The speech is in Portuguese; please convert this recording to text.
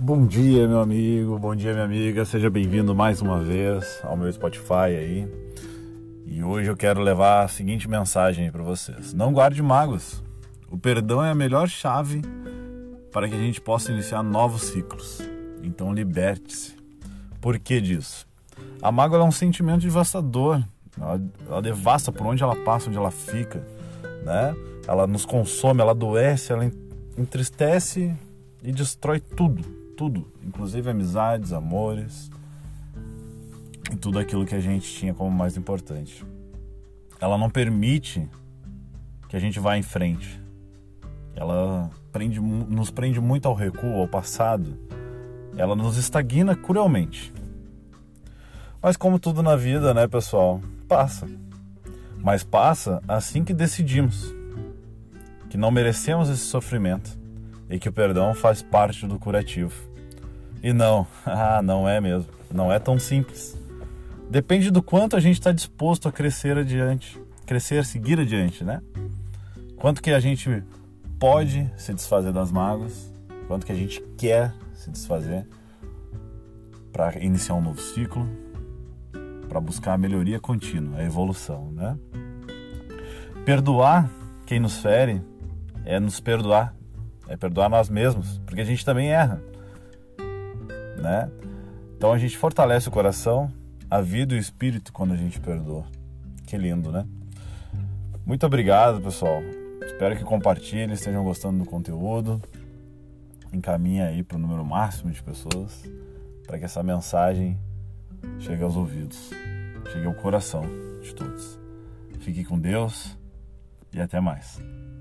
Bom dia, meu amigo, bom dia, minha amiga, seja bem-vindo mais uma vez ao meu Spotify aí. E hoje eu quero levar a seguinte mensagem para vocês: não guarde mágoas. O perdão é a melhor chave para que a gente possa iniciar novos ciclos. Então liberte-se. Por que disso? A mágoa é um sentimento devastador. Ela devasta por onde ela passa, onde ela fica, né? Ela nos consome, ela adoece, ela entristece e destrói tudo, inclusive amizades, amores e tudo aquilo que a gente tinha como mais importante. Ela não permite que a gente vá em frente. Ela nos prende muito ao recuo, ao passado. Ela nos estagna cruelmente. Mas como tudo na vida, né, pessoal? Passa. Mas passa assim que decidimos que não merecemos esse sofrimento e que o perdão faz parte do curativo. E não, não é mesmo. Não é tão simples. Depende do quanto a gente está disposto a crescer adiante. Seguir adiante, né? Quanto que a gente pode se desfazer das mágoas, quanto que a gente quer se desfazer para iniciar um novo ciclo, para buscar a melhoria contínua, a evolução, né? Perdoar quem nos fere é nos perdoar, é perdoar nós mesmos, porque a gente também erra, né? Então a gente fortalece o coração, a vida e o espírito quando a gente perdoa. Que lindo, né? Muito obrigado, pessoal. Espero que compartilhem, estejam gostando do conteúdo. Encaminhe aí para o número máximo de pessoas para que essa mensagem chegue aos ouvidos, chegue ao coração de todos. Fique com Deus e até mais.